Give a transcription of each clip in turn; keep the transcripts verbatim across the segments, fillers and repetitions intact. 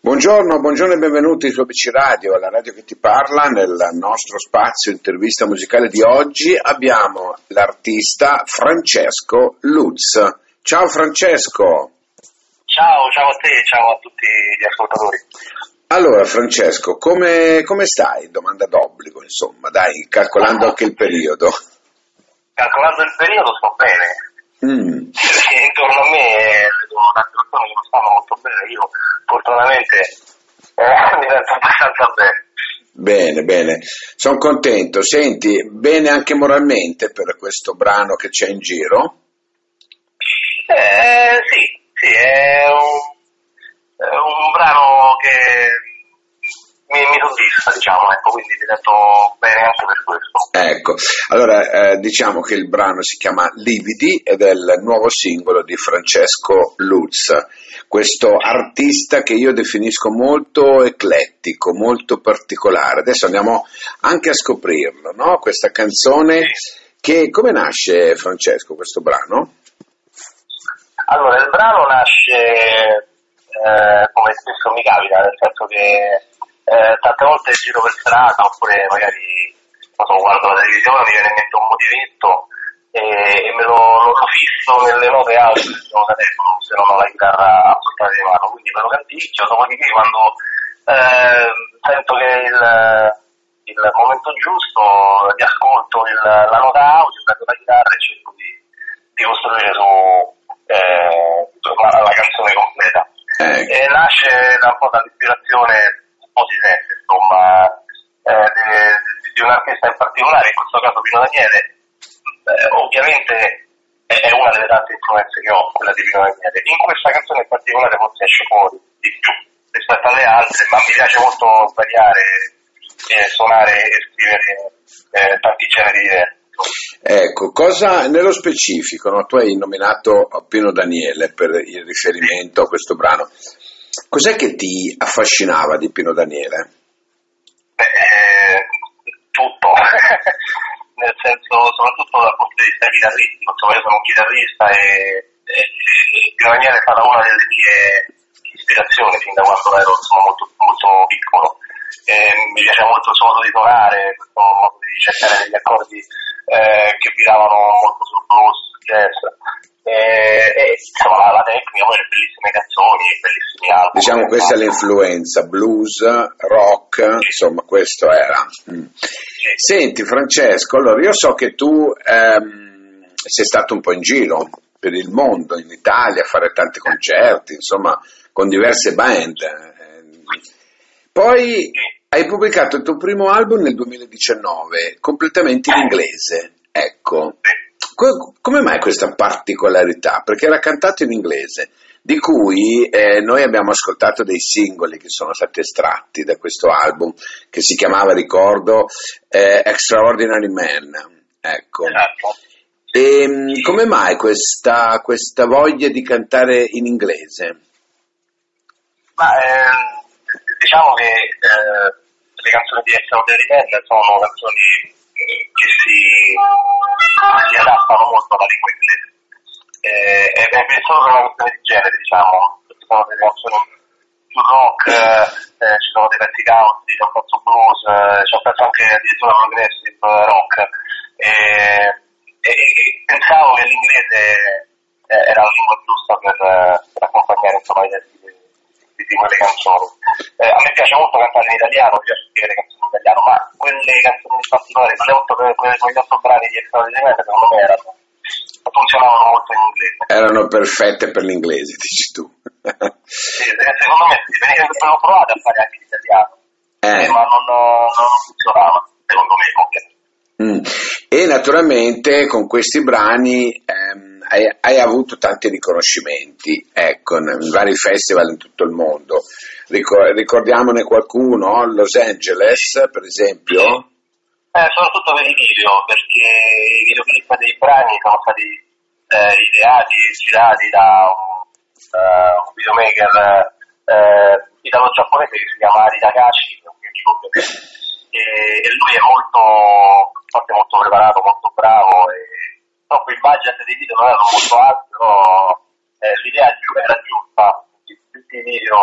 Buongiorno, buongiorno e benvenuti su A B C Radio, la radio che ti parla. Nel nostro spazio intervista musicale di oggi abbiamo l'artista Francesco Lutz. Ciao Francesco. Ciao, ciao a te, ciao a tutti gli ascoltatori. Allora Francesco, come, come stai? Domanda d'obbligo, insomma, dai, calcolando anche il periodo. Calcolando il periodo sto bene. Mm. Intorno a me vedo tante persone che non stanno molto bene, io fortunatamente eh, mi sento abbastanza bene. Bene, bene, sono contento. Senti, bene anche moralmente per questo brano che c'è in giro? Eh, sì, sì, è un, è un brano che mi, mi soddisfa, diciamo, ecco, quindi mi sento bene anche per questo. Ecco, allora eh, diciamo che il brano si chiama Lividi ed è il nuovo singolo di Francesco Lutz, questo artista che io definisco molto eclettico, molto particolare. Adesso andiamo anche a scoprirlo, no? Questa canzone, che come nasce Francesco questo brano? Allora, il brano nasce eh, come spesso mi capita, nel senso che eh, tante volte giro per strada oppure magari quando guardo la televisione mi viene in mente un motivetto e, e me lo, lo, lo fisso nelle note alte del mio telefono, se non ho la chitarra a portata di mano, quindi me lo canticchio, dopodiché quando eh, sento che il, il momento giusto ti ascolto il, la nota audio, prendo la chitarra e cerco di, di costruire su eh, la, la canzone completa. Eh. E nasce da un po' dall'ispirazione, un po' si sente, insomma, eh, di, di un artista in particolare, in questo caso Pino Daniele. Eh, ovviamente è, è una delle tante influenze che ho, quella di Pino Daniele. In questa canzone in particolare forse esce fuori di più rispetto alle altre, ma mi piace molto variare, eh, suonare e scrivere eh, tanti generi diversi. Ecco, cosa nello specifico, no? Tu hai nominato Pino Daniele per il riferimento a questo brano. Cos'è che ti affascinava di Pino Daniele? Eh, tutto, nel senso, soprattutto dal punto di vista chitarristico, insomma io sono un chitarrista e, e, e Pino Daniele è stata una delle mie ispirazioni fin da quando ero insomma, molto, molto piccolo. Eh, mi piace molto il suo modo di suonare, questo modo di cercare degli accordi eh, che viravano molto sul blues, jazz, eh, e insomma la tecnica, poi le bellissime canzoni, bellissimi album. Diciamo questa è l'influenza, blues, rock, insomma questo era. Mm. Senti Francesco, allora io so che tu ehm, sei stato un po' in giro per il mondo, in Italia, a fare tanti concerti, insomma con diverse band. Poi hai pubblicato il tuo primo album nel duemiladiciannove, completamente in inglese. Ecco, Co- come mai questa particolarità? Perché era cantato in inglese, di cui eh, noi abbiamo ascoltato dei singoli che sono stati estratti da questo album, che si chiamava, ricordo, eh, Extraordinary Man. Ecco. E come mai questa, questa voglia di cantare in inglese? Ma eh, diciamo che eh, le canzoni di Extraordinary Man sono canzoni eh, che si, si adattano molto alla lingua inglese. Eh, è è solo per una questione di genere, diciamo. Ci sono delle canzoni più rock, eh, ci sono dei pezzi country, c'è un pezzo blues, eh, c'è un pezzo anche addirittura progressive rock. Eh, e, e pensavo che l'inglese eh, era la lingua giusta per, per accompagnare insomma i testi di, di quelle canzoni. Eh, a me piace molto cantare in italiano, mi piace scrivere canzoni in italiano, ma quelle canzoni in particolare, quelle otto, quelle, quegli otto brani di Extraordinary, secondo me erano, funzionavano molto in inglese. Erano perfette per l'inglese, dici tu. Sì, secondo me sì, perché avevo provato a fare anche in italiano, Eh. ma non, non funzionava, secondo me, ovviamente. Mm. E naturalmente con questi brani ehm, hai, hai avuto tanti riconoscimenti, ecco, in vari festival in tutto il mondo. Ricor- ricordiamone qualcuno, Los Angeles per esempio? Eh, soprattutto per i video, perché i videoclip dei brani sono stati eh, ideati e girati da un, uh, un videomaker eh, italo-giapponese che si chiama Ari Takashi, che è un mio amico, e, e lui è molto, infatti molto preparato, molto bravo, e proprio il budget dei video non erano molto alti, però eh, l'idea era giusta, tutti i video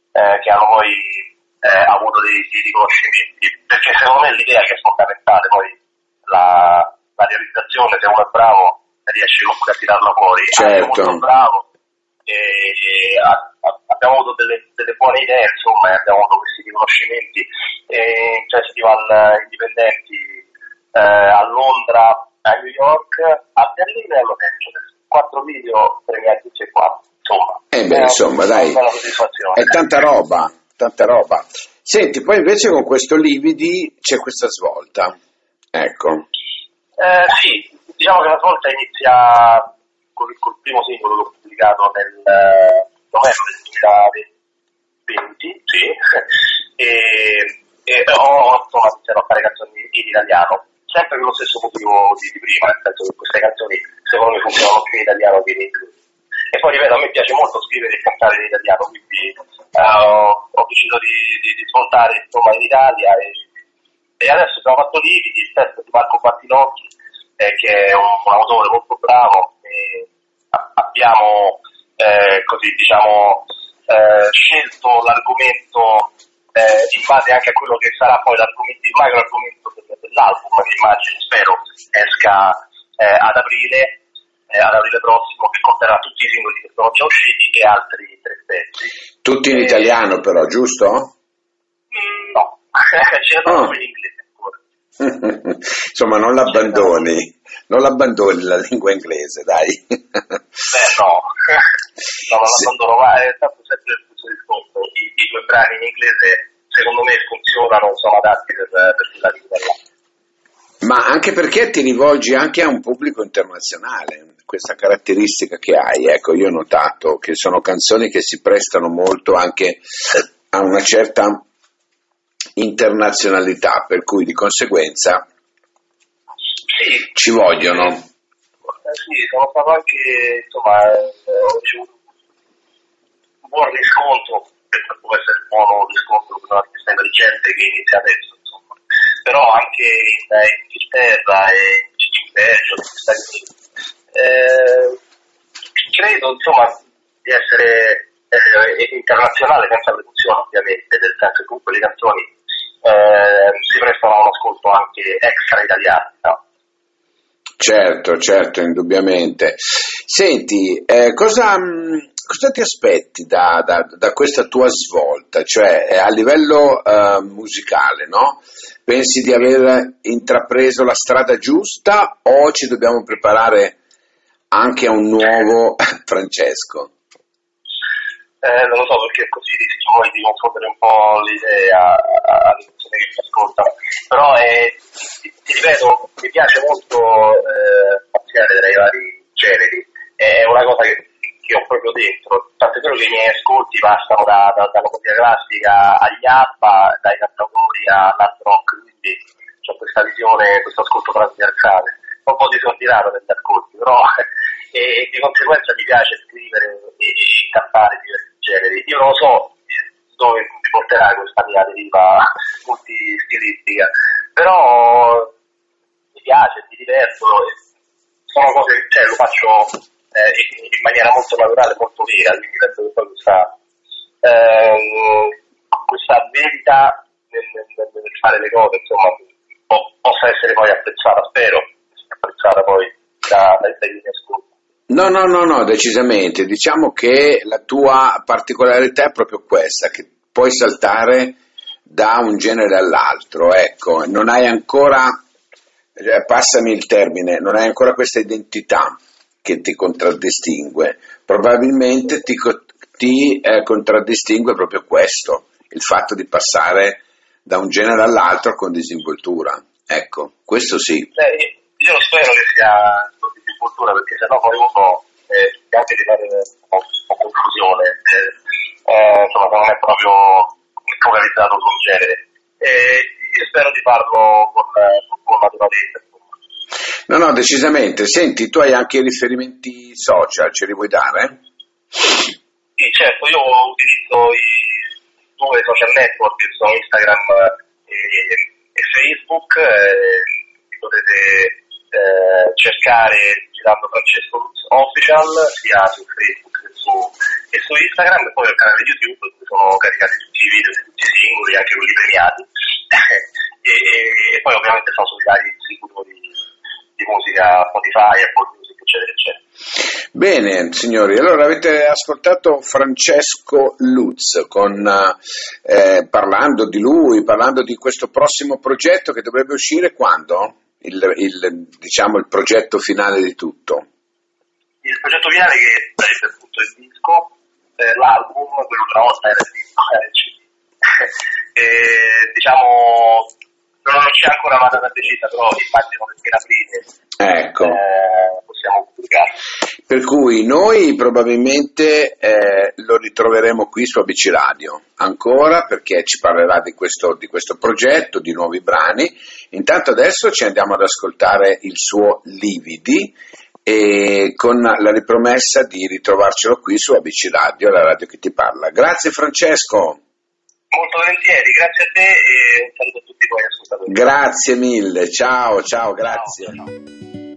eh, che hanno poi eh, avuto dei, dei riconoscimenti, perché secondo me l'idea che è fondamentale, poi la, la realizzazione, se uno è bravo riesce comunque a tirarla fuori, Certo. anche molto bravo, e, e a, a, abbiamo avuto delle, delle buone idee, insomma, e abbiamo avuto questi riconoscimenti e in festival indipendenti eh, a Londra, a New York, a Berlino e a Los Angeles, quattro video premiati tutti e quattro, insomma. Eh beh, insomma, dai, è tanta roba, tanta roba. Senti, poi invece con questo Lividi c'è questa svolta, ecco. Eh, sì, diciamo che la svolta inizia col, col primo singolo che ho pubblicato nel eh, novembre duemilaventi, sì, e, e ho insomma iniziato a fare canzoni in italiano, sempre per lo stesso motivo di, di prima, nel senso che queste canzoni secondo me funzionano più in italiano che in inglese. E poi ripeto, a me piace molto scrivere e cantare in italiano, quindi uh, ho deciso di, di, di smontare insomma in Italia e, e adesso abbiamo fatto Lividi, il testo di Marco Battinocchi, eh, che è un, un autore molto bravo, e a, abbiamo eh, così diciamo eh, scelto l'argomento eh, in base anche a quello che sarà poi l'argomento, il macro argomento dell'album, che immagino, spero esca eh, ad aprile. Eh, ad aprile prossimo, che conterrà tutti i singoli che sono già usciti e altri tre pezzi. Tutti in eh, italiano però, giusto? Mm, no, ce ne sono Oh. in inglese ancora. Insomma, non l'abbandoni, non l'abbandoni la lingua inglese, dai. Beh, no, no, non Sì. l'abbandono mai, è stato sempre il stesso discorso. I, I due brani in inglese, secondo me, funzionano, sono adatti per, per quella lingua là. Ma anche perché ti rivolgi anche a un pubblico internazionale, questa caratteristica che hai, ecco, io ho notato che sono canzoni che si prestano molto anche a una certa internazionalità, per cui di conseguenza Sì. ci vogliono. Eh, sì, sono stato anche, insomma, eh, ho ricevuto un buon riscontro, per può essere un buono riscontro per un artista emergente che inizia adesso, insomma. Però anche in, in Inghilterra e in Belgio, negli Stati Uniti, eh, credo, insomma, di essere eh, internazionale senza presunzione, ovviamente, nel senso che comunque le canzoni eh, si prestano a un ascolto anche extra italiano, no? Certo, certo, indubbiamente. Senti, eh, cosa, mh, cosa ti aspetti da, da, da questa tua svolta? Cioè, eh, a livello eh, musicale, no? Pensi di aver intrapreso la strada giusta o ci dobbiamo preparare anche a un nuovo Francesco? Eh, non lo so, perché così rischi poi di confondere un po' l'idea alle persone che ci ascoltano, però eh, ti, ti ripeto, mi piace molto eh, spaziare tra i vari generi, è una cosa che, che ho proprio dentro, tant'è vero che i miei ascolti passano da, da, dalla musica classica agli ABBA, dai cantautori all'hard rock, quindi ho questa visione, questo ascolto trasversale, un po' disordinato negli ascolti, però e di conseguenza mi piace scrivere e, e cantare diversi generi. Io non so dove mi porterà questa mia deriva multistilistica, però mi piace, mi diverto, sono cose, cioè lo faccio eh, in, in maniera molto naturale, molto vera, quindi penso che poi questa, ehm, questa verità nel, nel, nel fare le cose, insomma, po- possa essere poi apprezzata, spero, apprezzata poi da, dai miei ascolti. No, no, no, no, decisamente. Diciamo che la tua particolarità è proprio questa, che puoi saltare da un genere all'altro, ecco, non hai ancora, eh, passami il termine, non hai ancora questa identità che ti contraddistingue. Probabilmente ti, co- ti eh, contraddistingue proprio questo, il fatto di passare da un genere all'altro con disinvoltura. Ecco, questo sì. Beh, io spero che sia con disinvoltura, perché sennò poi uno eh, anche di fare un po', un po' confusione, eh, eh, insomma non è proprio focalizzato su un genere. Eh, io spero di farlo con, con, con naturalezza. No, no, decisamente. Senti, tu hai anche i riferimenti social, ce li vuoi dare? Sì, certo, io utilizzo i due social network, che sono Instagram e, e Facebook, eh, potete eh, cercare girando Francesco Lutz Official sia su Facebook che su e su Instagram e poi al canale YouTube dove sono caricati tutti i video di tutti i singoli, anche quelli premiati e, e, e poi ovviamente sono sui vari siti di, di musica, Spotify, Apple Music, eccetera eccetera. Bene signori, allora avete ascoltato Francesco Lutz con, eh, parlando di lui, parlando di questo prossimo progetto che dovrebbe uscire quando? Il, il, diciamo il progetto finale di tutto. Il progetto finale che sarebbe appunto il disco, eh, l'album, quello che una volta era il disco, era il C D. e, diciamo, non c'è ancora una data precisa, però immagino che appena aprile ecco. eh, possiamo pubblicare. Per cui noi probabilmente eh, lo ritroveremo qui su A B C Radio ancora, perché ci parlerà di questo, di questo progetto, di nuovi brani. Intanto adesso ci andiamo ad ascoltare il suo Lividi, e con la ripromessa di ritrovarcelo qui su A B C Radio, la radio che ti parla. Grazie Francesco. Molto volentieri, grazie a te e un saluto a tutti voi ascoltatori. Grazie mille, ciao, ciao, grazie. Ciao, ciao.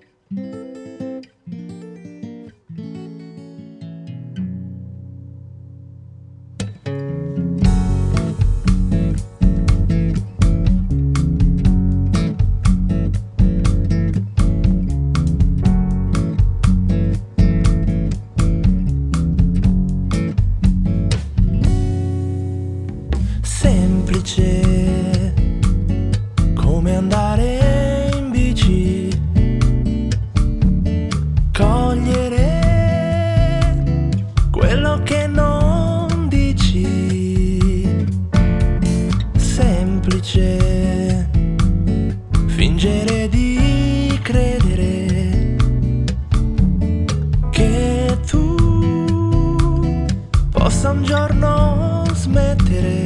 Semplice come andare in bici, cogliere quello che non dici, semplice fingere di credere che tu possa un giorno smettere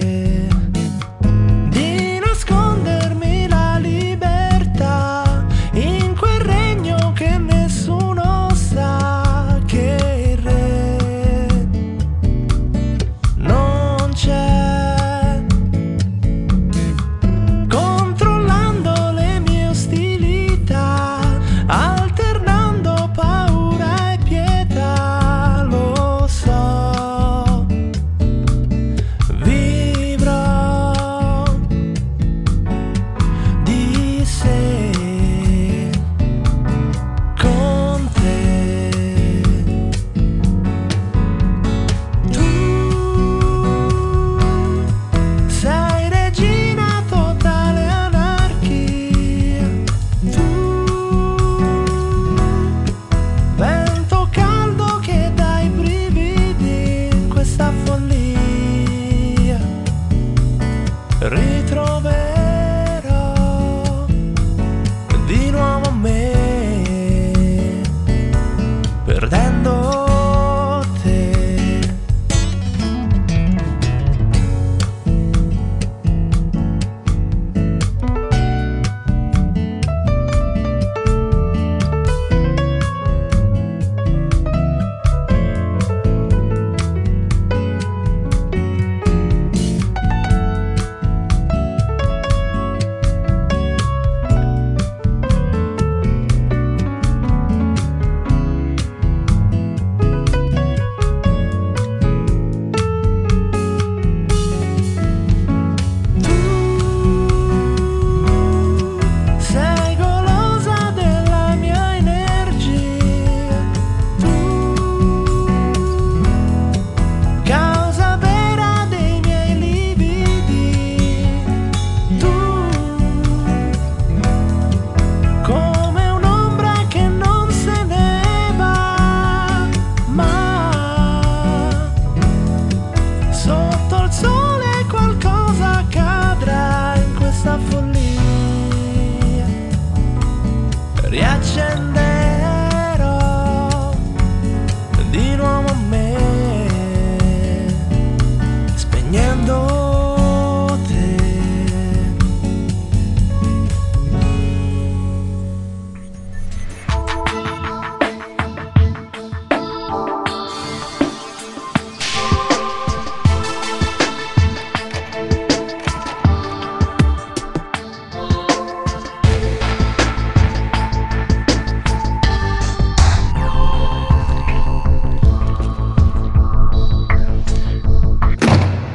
riaccenderò di nuovo me, spegnendo